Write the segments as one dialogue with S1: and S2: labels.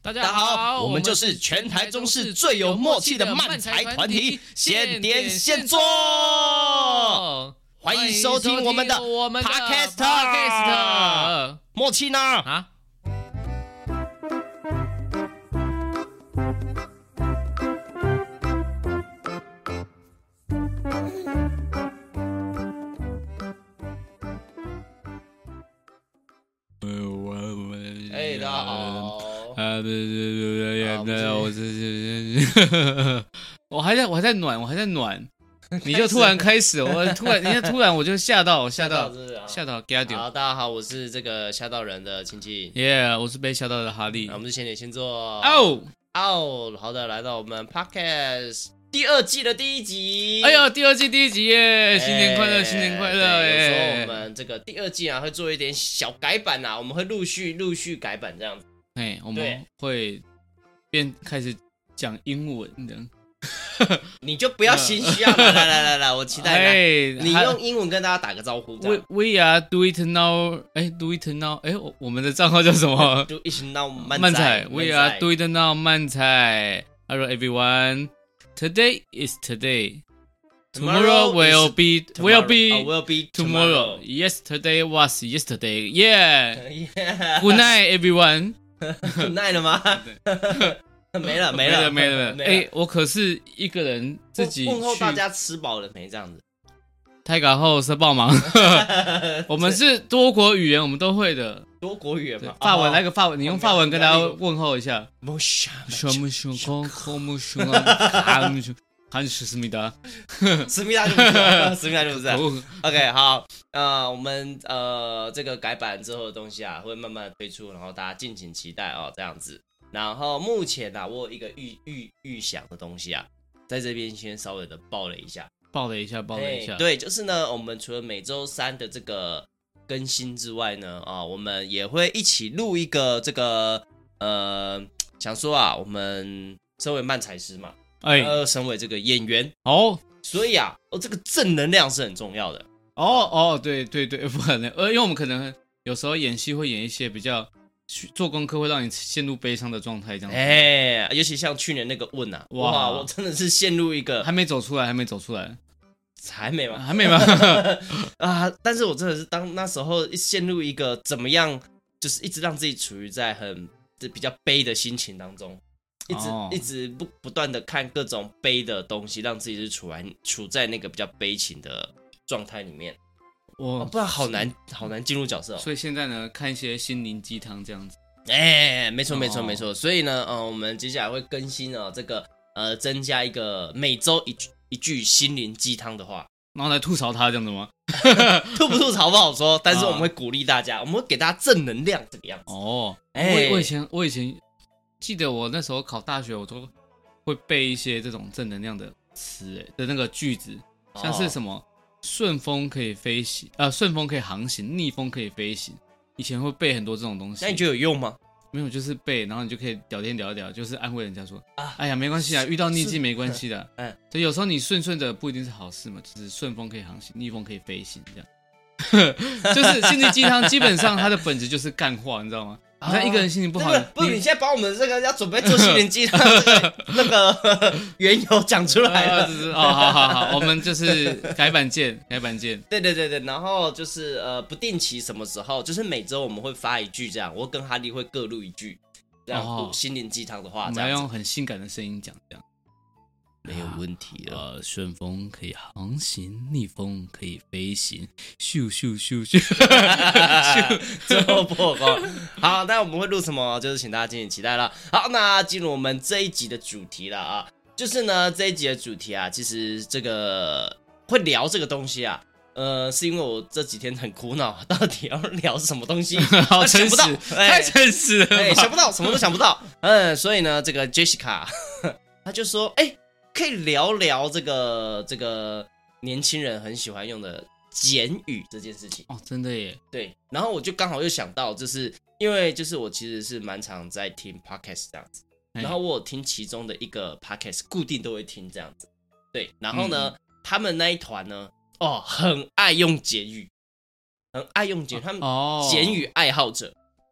S1: 大家好，我们就是全台中市最有默契的漫才团体，现点现做，欢迎收听我们的 Podcast。默契呢？啊？大家好。
S2: 我还在暖，你就突然开始，我就吓到，吓到，吓到。
S1: 好，大家好，我是这个吓到人的亲戚。
S2: 我是被吓到的哈利。
S1: 那我们就先点先做。
S2: 好
S1: 的，来到我们 Podcast 第二季的第一集。
S2: 哎呀，第二季第一集耶！新年快乐，新年快乐！
S1: 有时候我们这个第二季啊，会做一点小改版啊，我们会陆续改版这样子。
S2: 我们会开始讲英文的。
S1: 你就不要心虚啊！来，我期待你用英文跟大家打个招呼。
S2: We are do it now， do it now， 我们的账号叫什么
S1: ？Do it now，
S2: 漫才。We are do it now， 漫才。Hello everyone， today is today。Tomorrow will be tomorrow. Yesterday was yesterday. Yeah. Good night, everyone.
S1: Good night 了吗？没了。
S2: 我可是一个人自己
S1: 问候大家吃饱了没这样子。
S2: 太赶后是爆忙。我们是多国语言，我们都会的。
S1: 多国语言嘛，
S2: 法文来个法文，你用法文跟大家问候一下。还是思密达，
S1: 思密达就不是。OK， 好，我们这个改版之后的东西啊，会慢慢的推出，然后大家敬请期待哦，这样子。然后目前啊，我有一个预想的东西啊，在这边先稍微的爆了一下。
S2: 对，
S1: 就是呢，我们除了每周三的这个更新之外呢，我们也会一起录一个这个想说啊，我们身为漫才师嘛。身为这个演员所以啊，这个正能量是很重要的。
S2: 对，不可能，因为我们可能有时候演戏会演一些比较做功课，会让你陷入悲伤的状态，这样子。
S1: 尤其像去年那个问啊，哇，我真的是陷入一个
S2: 还没走出来，还没吗？
S1: 但是我真的是当那时候陷入一个怎么样，就是一直让自己处于在比较悲的心情当中。一直不断的看各种悲的东西，让自己是处在那个比较悲情的状态里面。不然好难进入角色。
S2: 所以现在呢，看一些心灵鸡汤这样子。
S1: 没错。所以呢，我们接下来会更新这个增加一个每周一句心灵鸡汤的话，
S2: 然后来吐槽他这样子吗？
S1: 吐不吐槽不好说，但是我们会鼓励大家，我们会给大家正能量这个样子。
S2: 我以前。记得我那时候考大学，我都会背一些这种正能量的词的那个句子，像是什么顺风可以飞行，顺风可以航行，逆风可以飞行。以前会背很多这种东西。
S1: 那你觉得有用吗？
S2: 没有，就是背，然后你就可以聊天聊一聊，就是安慰人家说，哎呀，没关系啊，遇到逆境没关系的。所以有时候你顺的不一定是好事嘛，就是顺风可以航行，逆风可以飞行这样。就是心灵鸡汤，基本上它的本质就是干话，你知道吗？你看一个人心情不好，
S1: 不是你现在把我们这个要准备做心灵鸡汤那个缘由讲出来了。
S2: 好，我们就是改版见。
S1: 对，然后就是不定期什么时候，就是每周我们会发一句这样，我跟哈利会各录一句这样心灵鸡汤的话，
S2: 我们要用很性感的声音讲这样。
S1: 没有问题了。
S2: 顺风可以航行，逆风可以飞行，咻，
S1: 最后破功。好，那我们会录什么？就是请大家敬请期待了。好，那进入我们这一集的主题了啊，就是呢这一集的主题啊，其实这个会聊这个东西啊。是因为我这几天很苦恼，到底要聊什么东西？
S2: 好诚实，太诚实了，
S1: 想不到，什么都想不到。所以呢，这个 Jessica 她就说，可以聊聊这个年轻人很喜欢用的简语这件事情。
S2: 真的耶。
S1: 对，然后我就刚好又想到，就是因为就是我其实是蛮常在听 podcast 这样子，然后我有听其中的一个 podcast， 固定都会听这样子。对，然后呢，他们那一团呢，很爱用简语，他们简语爱好者。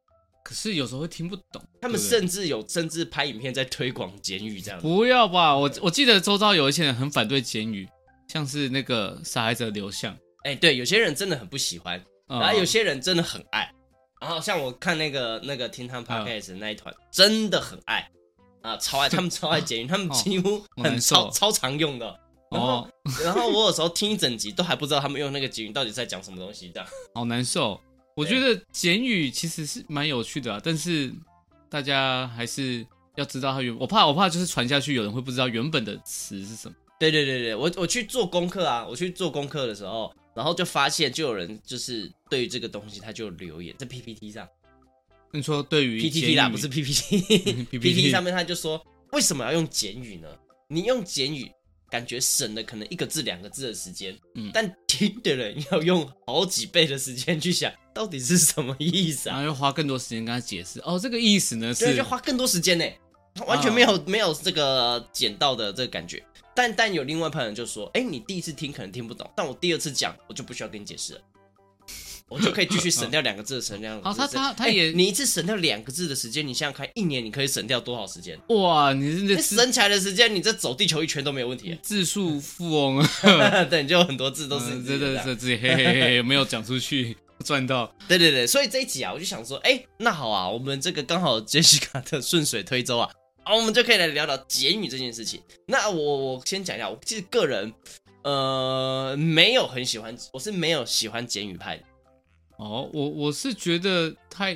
S2: 可是有时候会听不懂。
S1: 他们甚至拍影片在推广简语这样子。
S2: 不要吧，我记得周遭有一些人很反对简语，像是那个傻孩子的刘向。
S1: 对，有些人真的很不喜欢，然后有些人真的很爱。然后像我看那个听他们 podcast 那一团，真的很爱啊，超爱，他们超爱简语，他们几乎很超常用的。然后我有时候听一整集都还不知道他们用那个简语到底在讲什么东西，这样
S2: 好难受。我觉得简语其实是蛮有趣的啊，但是大家还是要知道它我怕就是传下去，有人会不知道原本的词是什么。
S1: 对，我去做功课啊，我去做功课的时候，然后就发现就有人就是对于这个东西他就留言在 PPT 上。
S2: 你说对于
S1: PTT 啦，不是 PPT 上面他就说为什么要用简语呢？你用简语感觉省了可能1个字2个字的时间，但听的人要用好几倍的时间去想到底是什么意思啊，
S2: 然后要花更多时间跟他解释。这个意思呢是，
S1: 对，就花更多时间呢，完全没有这个捡到的这个感觉。但有另外一派人就说，你第一次听可能听不懂，但我第2次讲我就不需要跟你解释了，我就可以继续省掉2个字的省掉2个字。
S2: 他也
S1: 你一次省掉2个字的时间，你想想看，1年你可以省掉多少时间？
S2: 哇，你
S1: 省起来的时间，你这走地球1圈都没有问题。
S2: 字数富翁
S1: 对，你就有很多字都是
S2: 这自己嘿没有讲出去赚到。
S1: 对，所以这一集啊，我就想说，那好啊，我们这个刚好 Jessica 的顺水推舟啊，我们就可以来聊聊简语这件事情。那我先讲一下，我其实个人没有很喜欢，我是没有喜欢简语派的。
S2: 我是觉得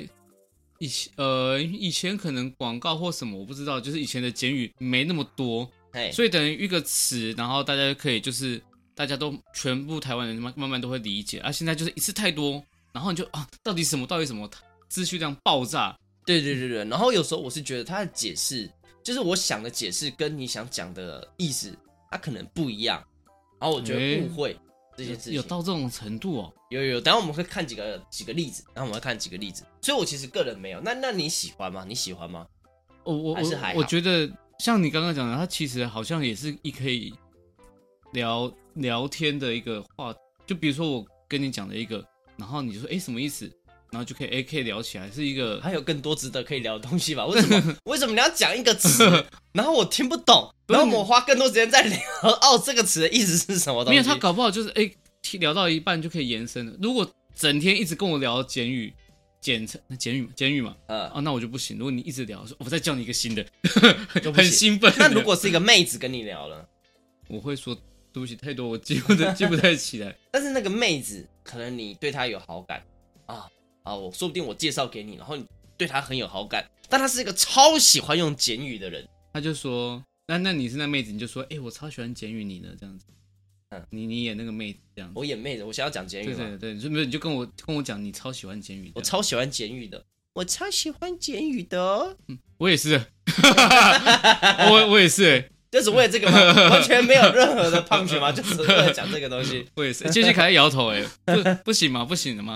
S2: 以前可能广告或什么我不知道，就是以前的简语没那么多，所以等于一个词，然后大家可以就是大家都全部台湾人慢慢都会理解。现在就是一次太多，然后你就到底什么资讯量爆炸。
S1: 对，然后有时候我是觉得他的解释，就是我想的解释跟你想讲的意思，它可能不一样，然后我觉得误会这件事情
S2: 有到这种程度哦。
S1: 有，等一下我们会看几个例子，然后我们会看几个例子，所以我其实个人没有。那你喜欢吗？还是还好？
S2: 我觉得像你刚刚讲的，它其实好像也是可以聊天的一个话题，就比如说我跟你讲的一个，然后你就说什么意思，然后就可以聊起来，是一个
S1: 还有更多值得可以聊的东西吧？为什么你要讲一个词，然后我听不懂，然后我花更多时间在聊这个词的意思是什么东西？
S2: 没有，他搞不好就是聊到一半就可以延伸了。如果整天一直跟我聊简语嘛，那我就不行。如果你一直聊，我再叫你一个新的，很兴奋。
S1: 那如果是一个妹子跟你聊了，
S2: 我会说对不起，太多我记不太起来。
S1: 但是那个妹子可能你对她有好感我说不定我介绍给你，然后你对她很有好感，但她是一个超喜欢用简语的人，
S2: 他就说，那你是那妹子，你就说，我超喜欢简语你呢，这样子。你演那个妹子这样子，
S1: 我演妹子，我想要讲简语嘛？
S2: 对，你就跟我讲，你超喜欢简语的。
S1: 我超喜欢简语的，我超喜欢简语的。
S2: 我也是，我也是，
S1: 就是为了这个吗？完全没有任何的胖曲吗？就是为了讲这个东西。
S2: 我也是。杰西卡在摇头，不行吗？不行的吗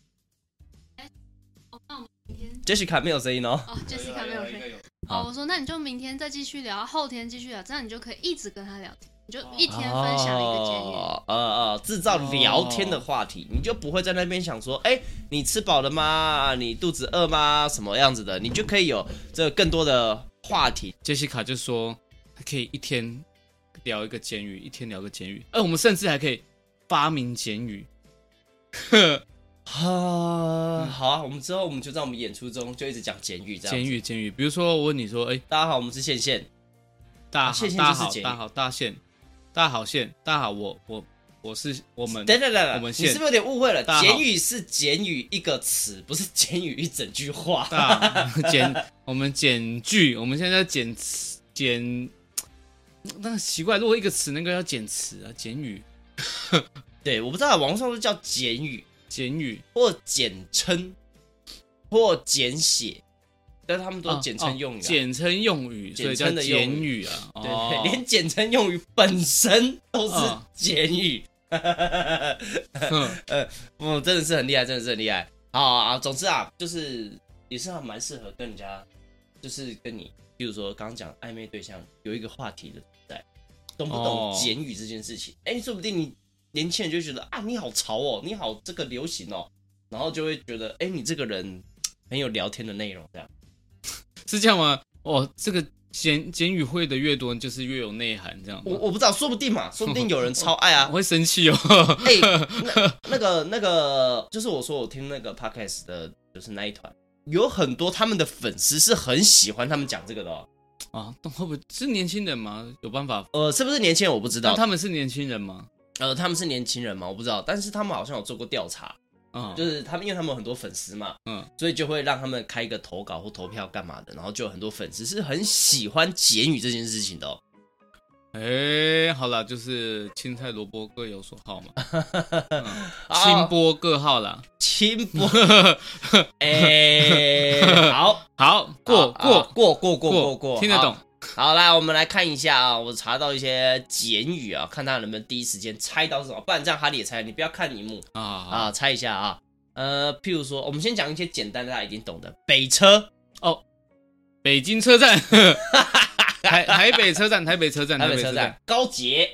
S1: ？Jessica 没有声音哦。
S3: Jessica 没有声音。我说那你就明天再继续聊，后天继续聊，这样你就可以一直跟他聊天。你就一天分享一个简语，
S1: 制造聊天的话题，你就不会在那边想说，你吃饱了吗？你肚子饿吗？什么样子的，你就可以有这更多的话题。
S2: 杰西卡就说，可以一天聊一个简语，一天聊个简语，我们甚至还可以发明简语。
S1: 好啊，我们之后我们就在我们演出中就一直讲简语，这样。
S2: 简语，比如说我问你说，
S1: 大家好，我们是线线。
S2: 大家好，我是我们。
S1: 等，
S2: 我们
S1: 你是不是有点误会了？简语是简语一个词，不是简语一整句话。
S2: 我们简句，我们现在简词简，那奇怪，如果一个词那个要简词啊，简语。
S1: 对，我不知道，网络上都叫简语或简称或简写。但是他们都简称用语，
S2: 简称用语，所以叫简语啊。
S1: 对，连简称用语本身都是简语。真的是很厉害，好，总之啊，就是也是蛮适合跟人家，就是跟你，比如说刚刚讲暧昧对象有一个话题的在，懂不懂简语这件事情？说不定你年轻人就觉得你好潮哦，你好这个流行哦，然后就会觉得你这个人很有聊天的内容，这样
S2: 是这样吗？哦，这个简语会的越多，就是越有内涵，这样。
S1: 我不知道，说不定嘛，说不定有人超爱啊。
S2: 我会生气哦。
S1: 那个，就是我说我听那个 podcast 的，就是那一团，有很多他们的粉丝是很喜欢他们讲这个的哦。
S2: 啊，会不会是年轻人吗？有办法？
S1: 是不是年轻人我不知道。
S2: 他们是年轻人吗？
S1: 他们是年轻人吗？我不知道，但是他们好像有做过调查，就是他们因为他们有很多粉丝嘛，所以就会让他们开一个投稿或投票干嘛的，然后就有很多粉丝是很喜欢简语这件事情的哦。
S2: 好啦，就是青菜萝卜各有所好嘛，清波各好啦，
S1: 清波，好，过，
S2: 听得懂。
S1: 好，来，我们来看一下啊，我查到一些简语啊，看他能不能第一时间猜到什么，不然这样哈利也猜，你不要看荧幕啊，猜一下啊。譬如说，我们先讲一些简单的，大家一定懂的，北车
S2: 哦，北京车站。台北车站，高捷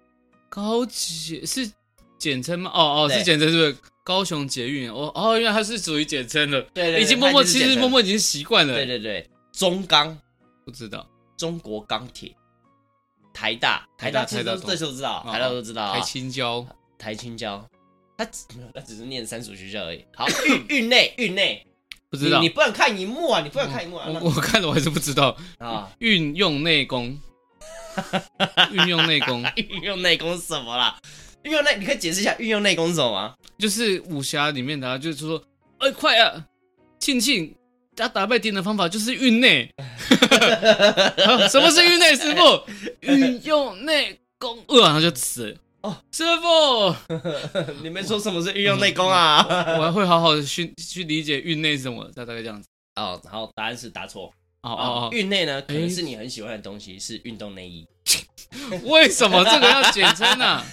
S2: 是简称吗？是简称，是不是？高雄捷运原来它是属于简称的。
S1: 对，
S2: 已经默默已经习惯了。
S1: 对，中钢
S2: 不知道，
S1: 中国钢铁，台大其实这都知道，台大都知道。
S2: 台清交，
S1: 它只是念3所学校而已。好，运内。
S2: 不知道，
S1: 你不能看荧幕啊！
S2: 我看了我还是不知道啊。运用内功运用内功
S1: 是什么啦？你可以解释一下运用内功是什么吗？
S2: 就是武侠里面的，就是说，快啊，庆打败敌人的方法就是运内。什么是运内？师傅，运用内功，然后就死了。师傅，
S1: 你没说什么是运用内功啊？
S2: 我还会好好的去理解运内是什么，大概这样子。
S1: 好，答案是答错。运内呢，可能是你很喜欢的东西，是运动内衣。
S2: 为什么这个要简称啊？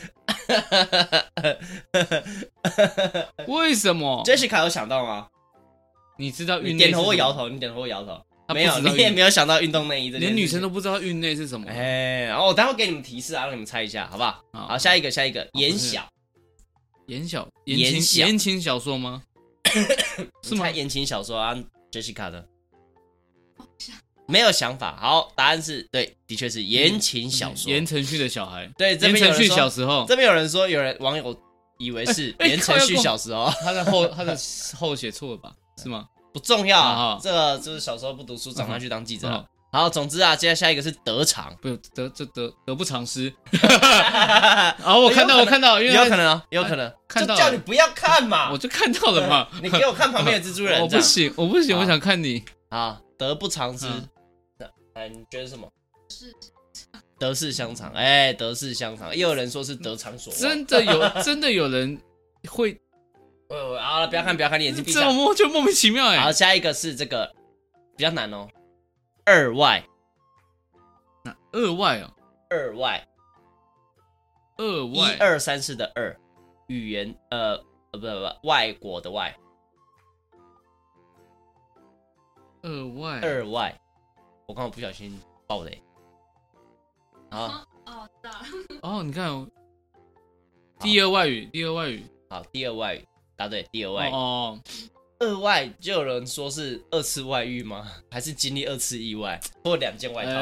S2: 为什么
S1: ？Jessica 有想到吗？
S2: 你知道运
S1: 内？你点头或摇头。没有，你也没有想到运动内衣这件事，
S2: 连女生都不知道运内是什么。
S1: 我待会给你们提示啊，让你们猜一下，好不好？好，下一个，言小，
S2: 言情小说吗？
S1: 是吗？言情小说啊 ，Jessica 的，没有想法。好，答案是对，的确是言情小说。
S2: 言承旭的小孩，
S1: 对，
S2: 言承旭小时候，
S1: 这边有人说，网友以为是言承旭小时候，
S2: 他的后写错了吧？是吗？
S1: 不重要，这个就是小时候不读书，长大去当记者。好，总之啊，接下来下一个是得偿，
S2: 不得不偿失。我看到，
S1: 有可能，看到，就叫你不要看嘛，
S2: 我就看到了嘛。
S1: 你给我看旁边的蜘蛛人，
S2: 我不行，我想看你
S1: 啊，得不偿失。你觉得什么？德式香肠，德式香肠，也有人说是得偿所望。
S2: 真的有人会。
S1: 好了，不要看，你眼睛闭上。
S2: 这就莫名其妙
S1: 好，下一个是这个比较难哦。二外
S2: 哦。
S1: 22 3 4的2，语言不外国的外。二外，我刚刚不小心爆雷。
S2: 你看，第二外语。
S1: 好，第二外语。答对，第二外遇。二外就有人说是2次外遇吗？还是经历2次意外或2件外套？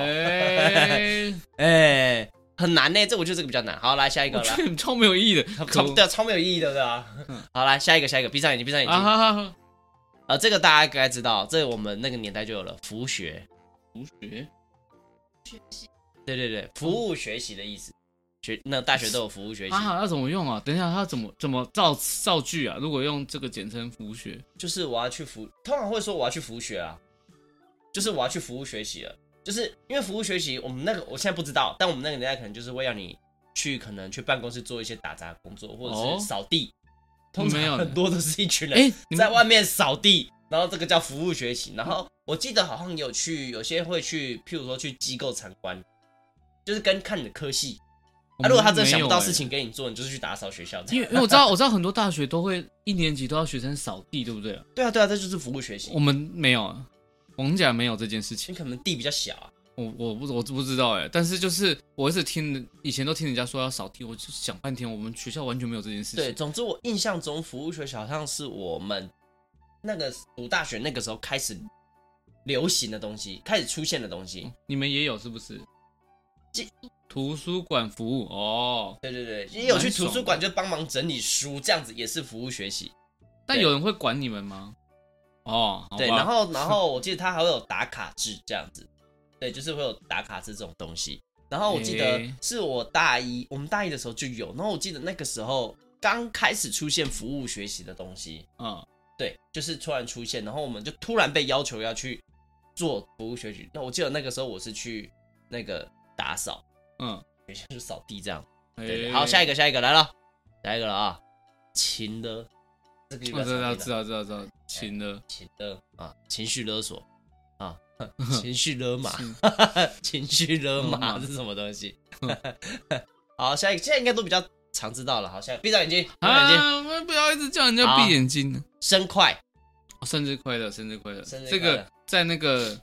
S1: 很难呢，我觉得这个比较难。好，来下一个，
S2: 我觉得超没有意义的，
S1: 超没有意义的，对吧？好，来下一个，闭上眼睛。
S2: 好。
S1: 这个大家该知道，这我们那个年代就有了，服学习。对，服务学习的意思。那大学都有服务学习，
S2: 要怎么用啊？等一下，他怎么造句啊？如果用这个简称服务学，
S1: 就是我要去通常会说我要去服务学啊，就是我要去服务学习了，就是因为服务学习，我现在不知道，但我们那个年代可能就是会要你可能去办公室做一些打杂工作，或者是扫地，通常很多都是一群人在外面扫地，然后这个叫服务学习。然后我记得好像有些会去，譬如说去机构参观，就是看你的科系。如果他真的想不到事情给你做，你就是去打扫学校。
S2: 因为我知道很多大学都会1年级都要学生扫地，对不对？
S1: 对啊，这就是服务学习。
S2: 我们没有，逢甲没有这件事情。
S1: 你可能地比较小啊。
S2: 我不知道但是就是我一直以前都听人家说要扫地，我就想半天，我们学校完全没有这件事情。
S1: 对，总之我印象中服务学校好像是我们那个读大学那个时候开始流行的东西，开始出现的东西。
S2: 你们也有是不是？图书馆服务哦，
S1: 对对对，也有去图书馆就帮忙整理书，这样子也是服务学习。
S2: 但有人会管你们吗？哦，
S1: 对，然后我记得他还会有打卡制这样子，对，就是会有打卡制这种东西。然后我记得是我们大一的时候就有，然后我记得那个时候刚开始出现服务学习的东西，对，就是突然出现，然后我们就突然被要求要去做服务学习。那我记得那个时候我是去那个打扫，学校就扫地这样。对，好，下一个来了，下一个了啊，情勒，这个就比较
S2: 知道，情勒
S1: 啊，情绪勒索啊，情绪勒马，情绪勒马是什么东西？好，下一个现在应该都比较常知道了。好，下一个闭上眼睛，
S2: 不要一直叫人家闭眼睛。
S1: 生快，
S2: 生日快乐！这个在那个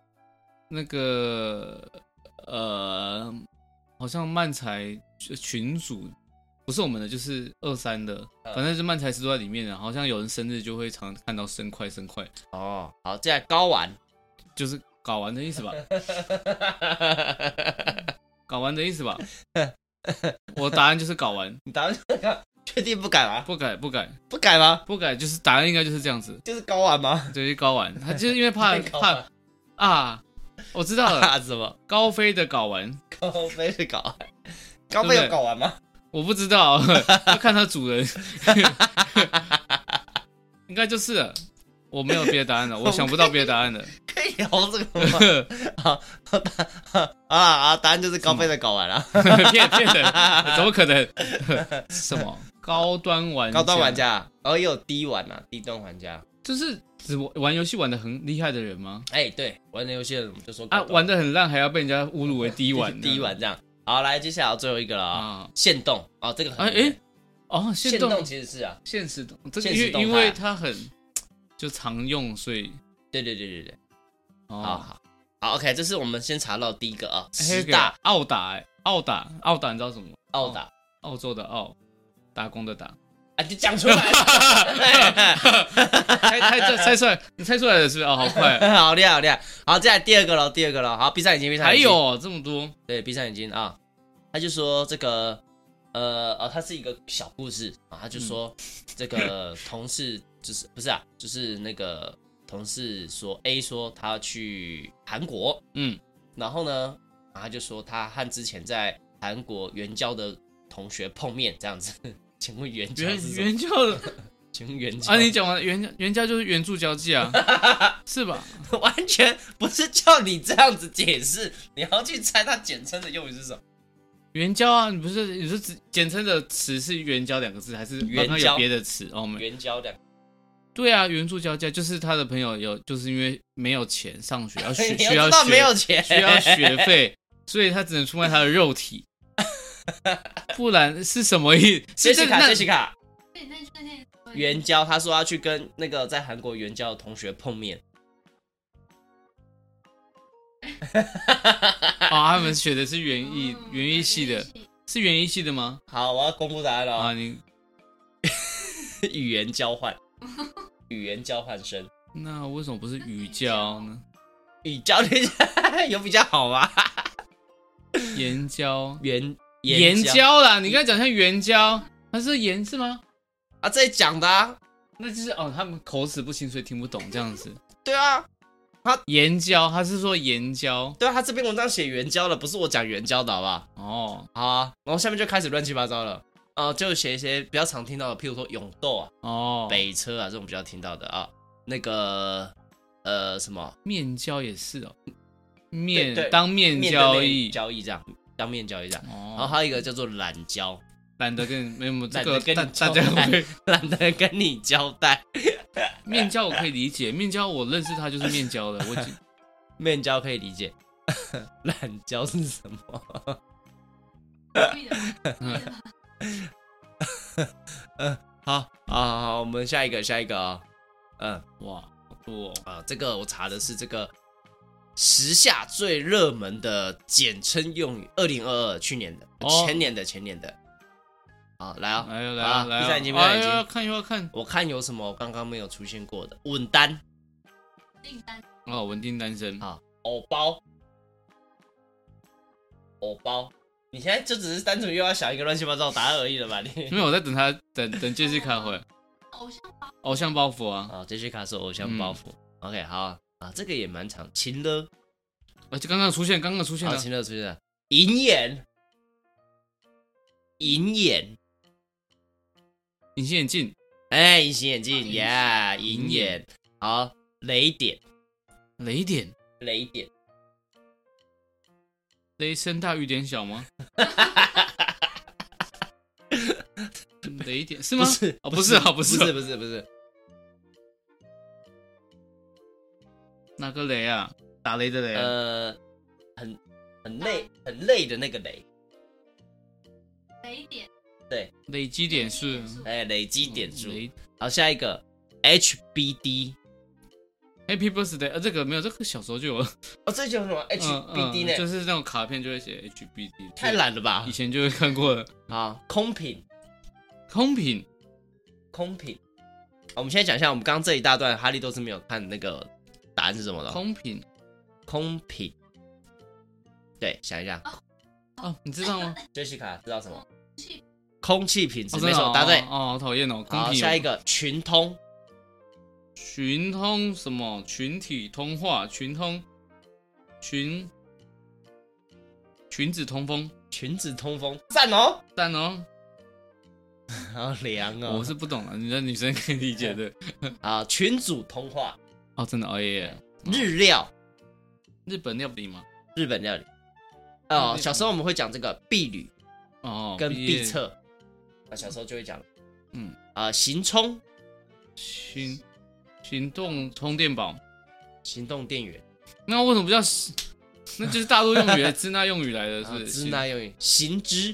S2: 好像漫才群组，不是我们的，就是23的，反正是漫才师都在里面的。好像有人生日就会常看到生快。
S1: 哦，好，接下来睾丸，
S2: 就是睾丸的意思吧？睾丸的意思吧？我答案就是睾丸。
S1: 你答案确定不改吗？
S2: 不改
S1: 吗？
S2: 不改，就是答案应该就是这样子。
S1: 就是睾丸吗？
S2: 对，睾丸。他就是因为怕啊，我知道了。
S1: 什么？
S2: 高飞的睾丸。
S1: 高飞的睾丸。高飞有睾丸吗？
S2: 我不知道，要看它主人。应该就是了。我没有别的答案了，我想不到别的答案了。
S1: 可以聊这个吗？好，答案就是高飞的睾丸啊！
S2: 骗人，怎么可能？什么高端玩
S1: 家？也有低玩啊，低端玩家，
S2: 就是只玩游戏玩的很厉害的人吗？
S1: 对，玩的游戏的人就说
S2: 玩的很烂，还要被人家侮辱为低玩，
S1: 低玩这样。好，来，接下来最后一个了啊，限动这个很限动其实是啊，
S2: 限时动，这个因为它很就常用，所以
S1: 对。好 ，OK， 这是我们先查到第一个啊，10大
S2: 澳打，你知道什么？澳洲的澳，打工的打。
S1: 就讲出来了。
S2: 猜出来，你猜出来了是不是？好快，
S1: 好厉害。好，接下来第二个了。好，闭上眼睛。
S2: 还有这么多？
S1: 对，闭上眼睛啊。他就说这个，他是一个小故事啊。他就说这个同事就是那个同事说 A 说他要去韩国，然后呢，他就说他和之前在韩国援交的同学碰面这样子。请问援交是什么？援交的，请问援交
S2: 你讲完援交就是援助交际啊，是吧？
S1: 完全不是叫你这样子解释，你要去猜它简称的用语是什么？
S2: 援交啊，你是简称的词是援交2个字，还是援交有别的词？
S1: 援交2个。
S2: 对啊，援助交际就是他的朋友就是因为没有钱上学，
S1: 需要没有钱，
S2: 需要学费，所以他只能出卖他的肉体。不然是什么意思？
S1: 杰西卡，援交，他说要去跟那个在韩国援交的同学碰面。
S2: 他们学的是园艺系的，是园艺系的吗？
S1: 好，我要公布答案了。
S2: 你
S1: 语言交换生。
S2: 那为什么不是语交呢？
S1: 语交有比较好吗？
S2: 援交。
S1: 援
S2: 交啦，你刚才讲像援交，它是盐是吗？
S1: 这里讲的啊，
S2: 那就是他们口齿不清，所以听不懂这样子。
S1: 对啊，
S2: 援交，他是说援交。
S1: 对啊，他这篇文章写援交了，不是我讲援交的，好不好？好啊，然后下面就开始乱七八糟了，就写一些比较常听到的，譬如说永豆啊，北车啊这种比较听到的啊，那个什么
S2: 面交也是当面交易
S1: 这样。当面交易这样，然后还有一个叫做懒交，
S2: 懒得跟没有这
S1: 个大家会懒得跟你交代。
S2: 面交我可以理解，面交我认识他就是面交的，
S1: 面交可以理解，懒交是什么？好，我们下一个啊，
S2: 哇，好多
S1: 这个我查的是这个。时下最热门的简称用语，2022去年的，前年的， 好，来啊，
S2: 来，
S1: 闭上眼睛，闭上眼睛，
S2: 要看，
S1: 我看有什么刚刚没有出现过的。稳单，
S3: 订单，
S2: 稳定单身。
S1: 好，偶包，你现在就只是单纯又要想一个乱七八糟的答案而已了吧？你
S2: 没有，我在等他，等杰西卡回来。偶像包袱啊！
S1: 好，杰西卡是偶像包袱。OK， 好啊，这个也蛮长，情勒。
S2: 就刚刚出现了。
S1: 情勒出现了，银眼，隐形
S2: 眼镜，
S1: 隐形眼镜，银眼。好，雷点，
S2: 雷声大雨点小吗？雷点是吗？不是，哪个雷啊？打雷的雷？
S1: 很累的那个雷。
S3: 雷点。
S1: 对，
S2: 累积点数。
S1: 累积点数。好，下一个 HBD。Happy
S2: Birthday， 这个没有，这个小时候就有了。
S1: 这叫什么 HBD 呢？
S2: 就是那种卡片就会写 HBD。
S1: 太懒了吧？
S2: 以前就会看过了。
S1: 好，空瓶。我们现在讲一下，我们刚刚这一大段哈利都是没有看那个答案是什么的。空瓶。对，想一下。
S2: 你知道吗
S1: ？Jessica 知道什么？空气品质，没错，答对。
S2: 好讨厌哦。
S1: 好，下一个群通
S2: 什么？群体通话，群子通风，
S1: 赞哦。好凉哦。
S2: 我是不懂了，你的女生可以理解的。
S1: 好，群组通话。
S2: 真的耶。
S1: 日料，
S2: 日本料理吗？
S1: 日本料理。小时候我们会讲这个婢旅跟婢厕，小时候就会讲。行充，
S2: 行动充电宝，
S1: 行动电源。
S2: 那为什么不叫？那就是大陆用语，支那用语来的，是
S1: 支那用语。行之，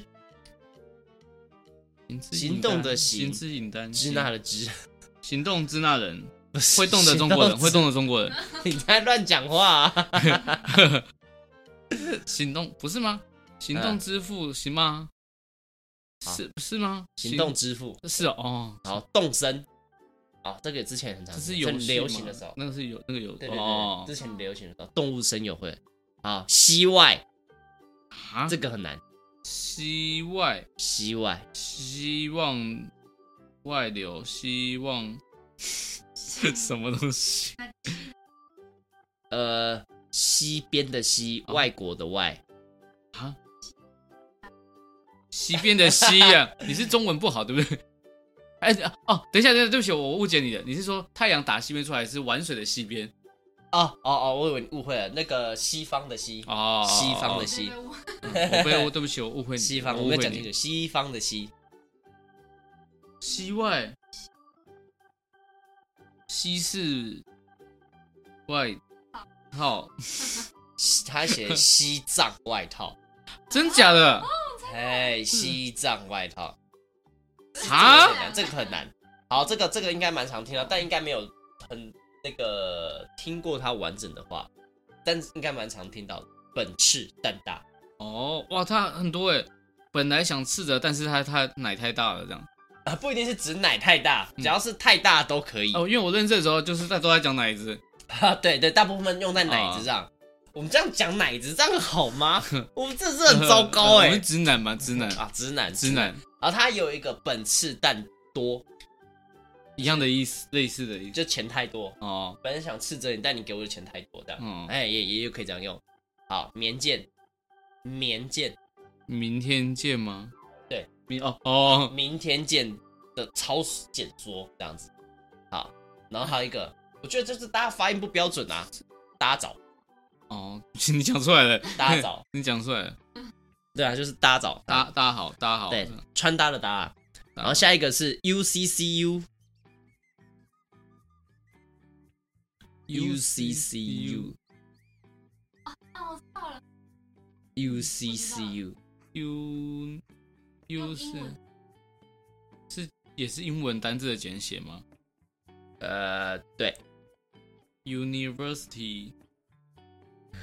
S1: 行动的行，
S2: 行之引单，
S1: 支那的支，
S2: 行动支那人，会动的中国人，
S1: 你在乱讲话啊！
S2: 行动不是吗？行动支付行吗？是吗？
S1: 行动支付
S2: 是哦。
S1: 好，动身。这个之前很常，
S2: 这是很
S1: 流行的时候，
S2: 那个是有
S1: 对，之前流行的时候，动物森友会。好，西外这个很难。
S2: 希望外流，希望什么东西？
S1: 西边的西，外国的外。
S2: 西边的西啊，你是中文不好对不对？等一下，对不起，我误解你了。你是说太阳打西边出来是玩水的西边？
S1: 我以为你误会了，那个西方的西。西方的西。
S2: 对不起，我误会你。
S1: 西方，我没讲清楚，西方的西。
S2: 西外，西式外套。
S1: 他写西藏外套。
S2: 真假的？
S1: 西藏外套。这个很难。好，这个应该蛮常听到，但应该没有很那个听过它完整的话，但是应该蛮常听到的。本赤蛋大。
S2: 哇，它很多耶。本来想赤的，但是它奶太大了，这样。
S1: 不一定是指奶太大，只要是太大都可以。
S2: 因为我认识的时候就是都在讲奶子。
S1: 对，大部分用在奶子上。我们这样讲奶子，这样好吗？我们这是很糟糕。
S2: 我们直男嘛，直男。
S1: 直男。然后它有一个本赤蛋多，
S2: 一样的意思，类似的意思，
S1: 就钱太多。本来想斥责你，但你给我的钱太多，这样。也可以这样用。好，棉剑，明
S2: 天见吗？
S1: 对，明天见的超简缩这样子。好，然后还有一个，我觉得这是大家发音不标准啊，搭早。
S2: 你讲出来了，
S1: 搭早，
S2: 你讲出来了。
S1: 对啊，就是搭早，
S2: 搭好，
S1: 对，穿搭的搭。然后下一个是 UCCU，
S3: 我知道了。
S1: UCCU
S2: U 是也是英文单字的简写吗？
S1: 对。
S2: University。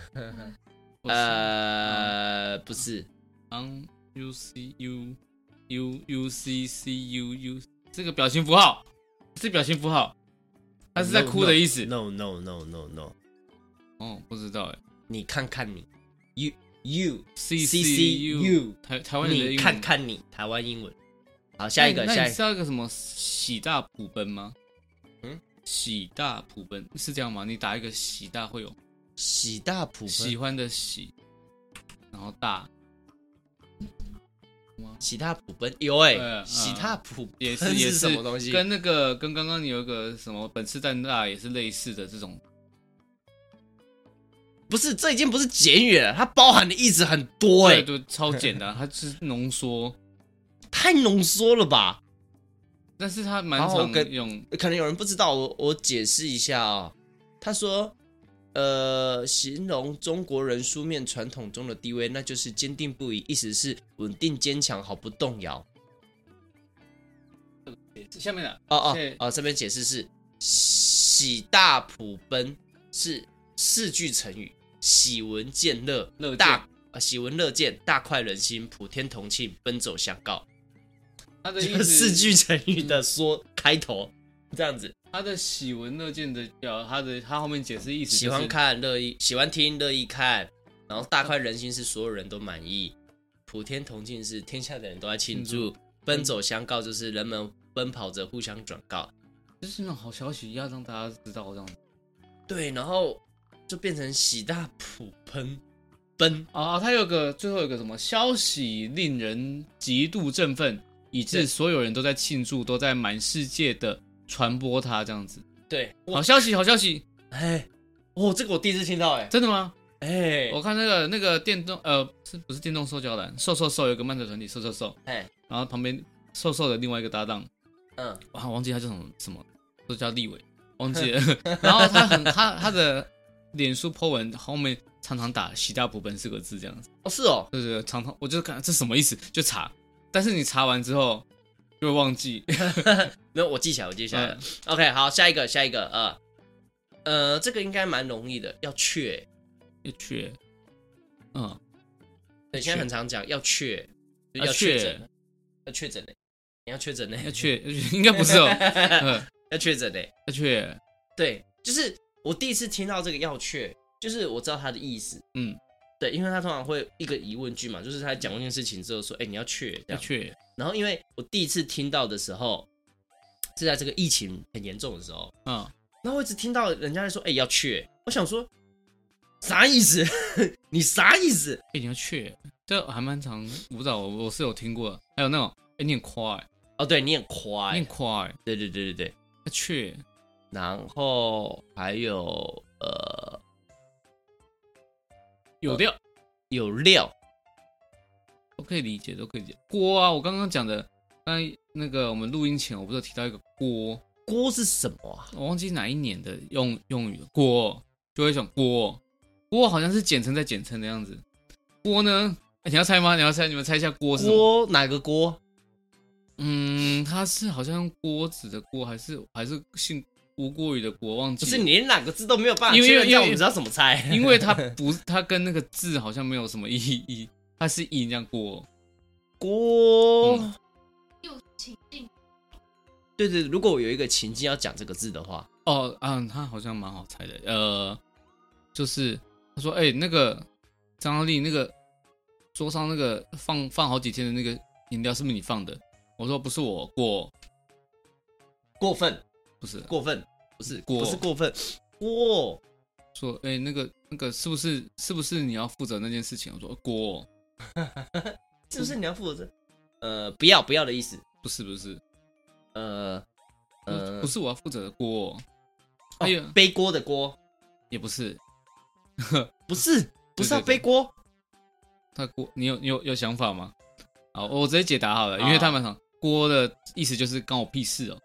S1: 不是。
S2: UCU UCCU，这个表情符号是表情符号，它是在哭的意思。
S1: No。
S2: 哦，不知道哎。
S1: 你看看你 UCCU
S2: 台湾人的英文。
S1: 你看看你台湾英文。好，下一个。
S2: 那你知道一个什么喜大普奔吗？喜大普奔是这样吗？你打一个喜大会有
S1: 喜大普奔，
S2: 喜欢的喜，然后大。
S1: 喜大普奔有喜大普奔
S2: 也是
S1: 什么东西？
S2: 跟刚刚你有一个什么本次蛋大也是类似的这种。
S1: 不是，这已经不是简语了，它包含的意思很多
S2: 对，超简单，它是浓缩，
S1: 太浓缩了吧？
S2: 但是它蛮常用，
S1: 可能有人不知道，我解释一下啊。他说，形容中国人书面传统中的地位，那就是坚定不移，意思是稳定坚强，毫不动摇。
S2: 下面的
S1: 这边解释是喜大普奔是4句成语，喜闻见乐，喜闻乐见，大快人心，普天同庆，奔走相告。
S2: 他的意思
S1: 4句成语的说开头这样子。
S2: 他的喜闻乐见的他后面解释意思、
S1: 喜欢看喜欢听乐意看，然后大快人心是所有人都满意，普天同庆是天下的人都在庆祝，奔走相告就是人们奔跑着互相转告，
S2: 就是那种好消息要让大家知道这样子。
S1: 对，然后就变成喜大普奔
S2: 他最后有个什么消息令人极度振奋，以致所有人都在庆祝，都在满世界的传播它这样子。
S1: 对，
S2: 好消息，
S1: 这个我第一次听到
S2: 真的吗？
S1: 我
S2: 看那个电动不是电动塑胶篮，瘦有个漫才团体瘦，然后旁边瘦的另外一个搭档，忘记他叫什么，都叫立伟，忘记了。然后他的脸书 po 文后面常常打喜大普奔4个字这样子。
S1: 是哦，
S2: 对，常常我就看这什么意思，就查。但是你查完之后就会忘记。
S1: 没有，我记起来了。OK， 好，下一个，这个应该蛮容易的，要确，
S2: 对，
S1: 现在很常讲要确，要确诊，你要确诊呢？
S2: 应该不是哦，
S1: 要确诊呢，
S2: 要确，
S1: 对，就是我第一次听到这个要确，就是我知道它的意思，对，因为他通常会一个疑问句嘛，就是他讲过一件事情之后说，你要确，这样
S2: 确。
S1: 然后因为我第一次听到的时候是在这个疫情很严重的时候，然后我一直听到人家在说，要确，我想说啥意思？你啥意思？
S2: 你要确，这还蛮常，我不知道，我是有听过的。还有那种，你很快，
S1: 对，你很快，对，
S2: 要确。
S1: 然后还有
S2: 有
S1: 料，
S2: 都可以理解。锅啊，我刚刚讲的，那个我们录音前我不是有提到一个
S1: 锅是什么啊？
S2: 我忘记哪一年的用语了。锅就会想锅好像是简称再简称的样子。锅呢？你要猜吗？你们猜一下锅是什么？
S1: 锅哪个锅？
S2: 它是好像用锅子的锅，还是姓吴郭宇的郭，忘记了。
S1: 不是你连哪个字都没有办法确认，这样我们知道怎么猜。
S2: 因为它跟那个字好像没有什么意义，它是音这样锅。
S3: 有情境。
S1: 对，如果我有一个情境要讲这个字的话，
S2: 它好像蛮好猜的。就是他说，那个张耀丽那个桌上那个放好几天的那个饮料是不是你放的？我说不是我
S1: 过分，
S2: 不是
S1: 过分，不是过分，
S2: 说那个是不是你要负责那件事情？我说
S1: 是不是你要负责？不要的意思，
S2: 不是，不是我要负责的锅，
S1: 背锅的锅
S2: 也不是，
S1: 不是要背锅，
S2: 他锅你有想法吗？好，我直接解答好了，因为他们讲锅的意思就是关我屁事哦。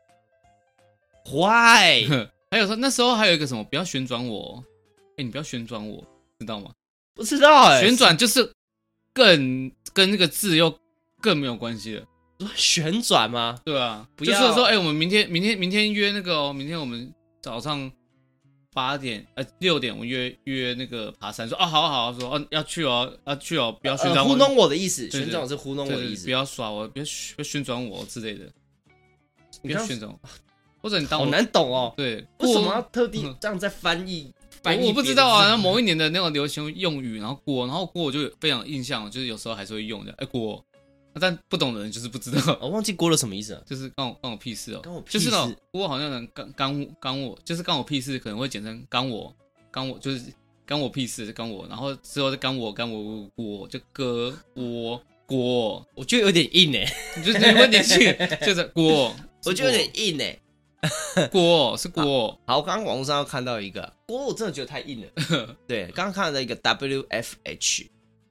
S1: Why？
S2: 还有说那时候还有一个什么，不要旋转我，你不要旋转我，知道吗？
S1: 不知道
S2: 旋转就是跟那个字又更没有关系了。
S1: 旋转吗？
S2: 对啊，
S1: 不要
S2: 就是说，我们明天约那个明天我们早上 6点我约那个爬山，说好，说要去哦，不要旋转我，
S1: 糊弄我的意思，旋转我是糊弄我的意思，
S2: 不要耍我，不要旋转我之类的，不要旋转我，或者你当我
S1: 好难懂哦，
S2: 对，
S1: 为什么要特地这样在翻译？
S2: 我不知道啊，那某一年的那种流行用语，然后锅我就非常印象，就是有时候还是会用的，锅。但不懂的人就是不知道，
S1: 我忘记锅了什么意思了，
S2: 就是干我屁事哦，
S1: 干我屁事，
S2: 就是锅好像能干我，就是干我屁事，可能会简称干我就是干我屁事干我，然后之后再干我锅就割锅，
S1: 我觉得有点硬
S2: 就是你问题就是锅，
S1: 我觉得有点硬
S2: 锅是锅。
S1: 好，我刚刚网络上看到一个锅，我真的觉得太硬了。对，刚刚看到一个 WFH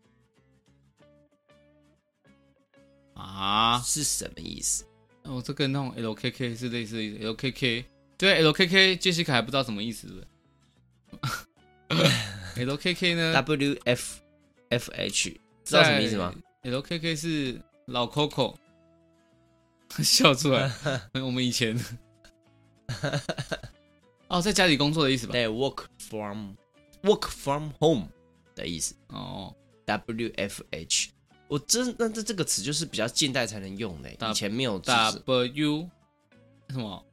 S2: 啊，
S1: 是什么意思？
S2: 这跟那种 LKK 是类似的意思。LKK 对 LKK， 杰西卡还不知道什么意思，对不对？LKK 呢
S1: ？WFH 知道什么意思吗
S2: ？LKK 是老 Coco， 笑出来。我们以前在家里工作的意思吧？
S1: 对 ，work from home 的意思。WFH。那这个词就是比较近代才能用的，以前没有。
S2: W 什么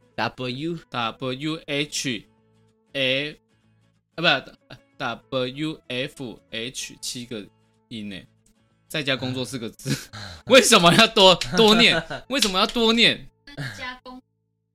S2: WH A 不 WFH 7个音呢？在家工作4个字，为什么要多念？为什么要多念？
S3: 加工，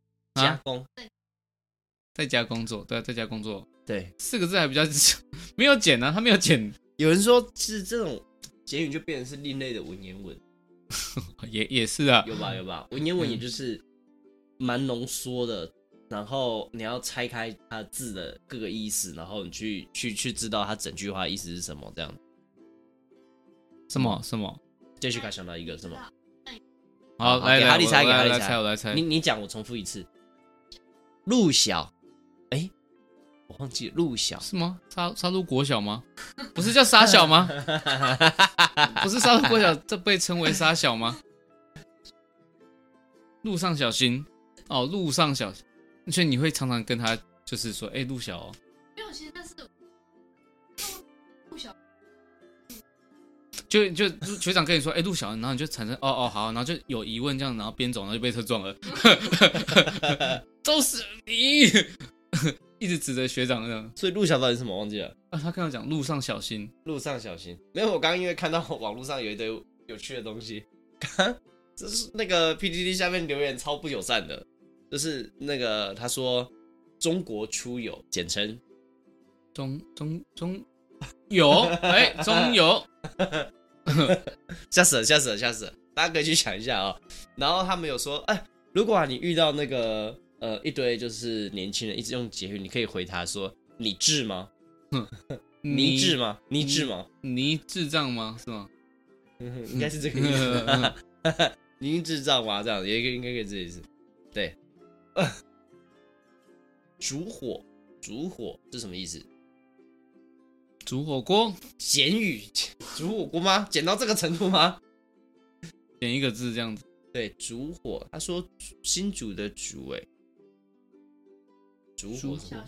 S2: 在家工作，对，在家工作，
S1: 对
S2: ，4个字还比较没有剪啊，他没有剪。
S1: 有人说是这种。简语就变成是另类的文言文，
S2: 也是啊，
S1: 有吧？文言文也就是蛮浓缩的，然后你要拆开它字的各个意思，然后你去知道它整句话的意思是什么，这样。
S2: 什么
S1: ？Jessica 想到一个什么？
S2: 好，来，
S1: 哈利猜，
S2: 我来猜。
S1: 你讲，我重复一次。陆小，我忘记了，陆小
S2: 是吗？杀戮国小吗？不是叫沙小吗？不是杀戮国小，这被称为沙小吗？路上小心路上小心，所以你会常常跟他就是说，陆小哦。
S3: 没有，其实那是陆小。
S2: 就学长跟你说，陆小，然后你就产生好，然后就有疑问这样，然后边走，然后就被车撞了，都是你。一直指着学长那样，
S1: 所以陆小到底是什么忘记了？
S2: 他刚刚讲路上小心，
S1: 没有，我刚刚因为看到网络上有一堆有趣的东西，这是那个 PTT 下面留言超不友善的，就是那个他说中国出游，简称
S2: 中有，中有，
S1: 吓死了，大家可以去想一下然后他们有说，如果你遇到那个。一堆就是年轻人一直用捷语，你可以回他说：“你智吗？你智吗？你智吗？
S2: 你智障吗？是吗？
S1: 应该是这个意思。你智障吗？这样也应该可以这意思。对，煮火是什么意思？
S2: 煮火锅？
S1: 简语煮火锅吗？简到这个程度吗？
S2: 简一个字这样子。
S1: 对，煮火。他说新煮的煮，煮火锅，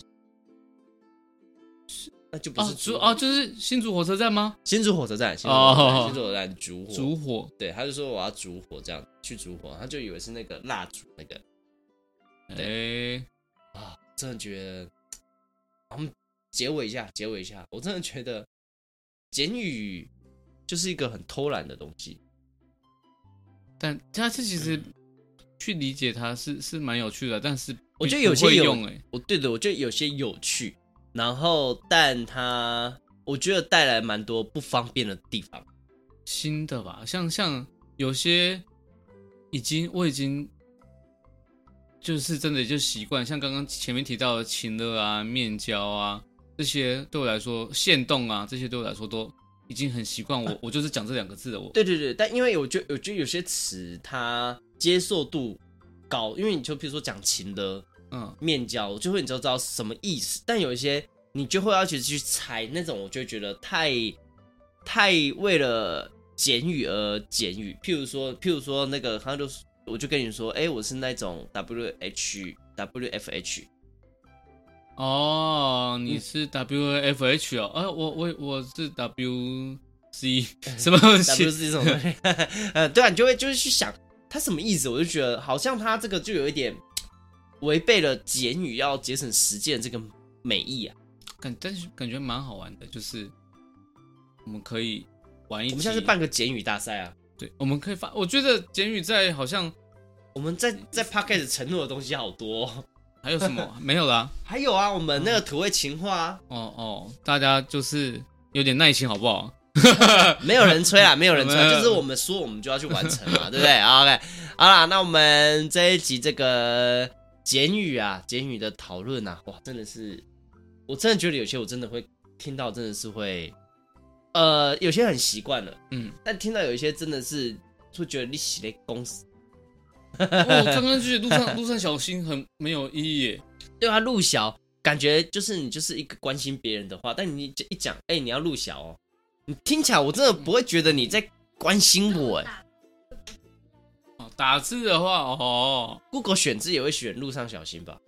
S1: 那就不是
S2: 就是新竹火车站吗？
S1: 新竹火车站，煮火，对，他就说我要煮火，这样去煮火，他就以为是那个蜡烛那个，对，真的觉得，我们结尾一下，我真的觉得简语就是一个很偷懒的东西，
S2: 但他这其实去理解它是蛮有趣的，但是。
S1: 我觉得有些
S2: 对
S1: 的，我觉得有些有趣，然后但它我觉得带来蛮多不方便的地方，
S2: 新的吧，像有些我已经就是真的就习惯，像刚刚前面提到的情乐啊、面交啊这些对我来说，限动啊这些对我来说都已经很习惯，我就是讲这2个字的。
S1: 对，但因为我觉得有些词它接受度高，因为你就比如说讲情的。面交就会你就知道什么意思，但有一些你就会要去猜那种，我就觉得太为了简语而简语。譬如说那个，他就我就跟你说，我是那种 WFH，
S2: 你是 WFH 哦？我是 WC 什么东西
S1: ？WC 什么东西？对啊，你就是去想它什么意思，我就觉得好像它这个就有一点违背了简语要节省时间的这个美意啊。
S2: 但是感觉蛮好玩的，就是我们可以玩一集，
S1: 我们现在是办个简语大赛啊。
S2: 对，我们可以我觉得简语在好像
S1: 我们在 Podcast 承诺的东西好多哦。
S2: 还有什么？没有啦。
S1: 还有啊，我们那个土味情话
S2: 啊。大家就是有点耐心好不好？
S1: 没有人催啦，没有人催，就是我们说我们就要去完成嘛，对不对 ？OK， 好啦，那我们这一集这个简语的讨论啊，哇，真的是，我真的觉得有些我真的会听到，真的是会，有些很习惯了，但听到有一些真的是会觉得你洗了公司。
S2: 刚刚去路上小心很没有意义耶。
S1: 对啊，路小感觉就是你就是一个关心别人的话，但你一讲，你要路小哦，你听起来我真的不会觉得你在关心我哎。
S2: 打字的话
S1: Google 选字也会选路上小心吧？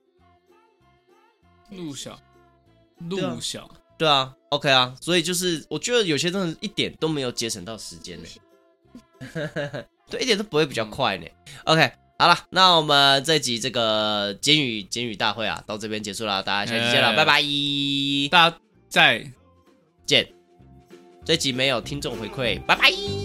S2: 路小，
S1: 对啊 ，OK 啊，所以就是我觉得有些真的一点都没有节省到时间呢。对，一点都不会比较快呢。OK， 好了，那我们这集这个简语大会啊，到这边结束了，大家下期见了，拜拜，
S2: 大家再
S1: 见。这集没有听众回馈，拜拜。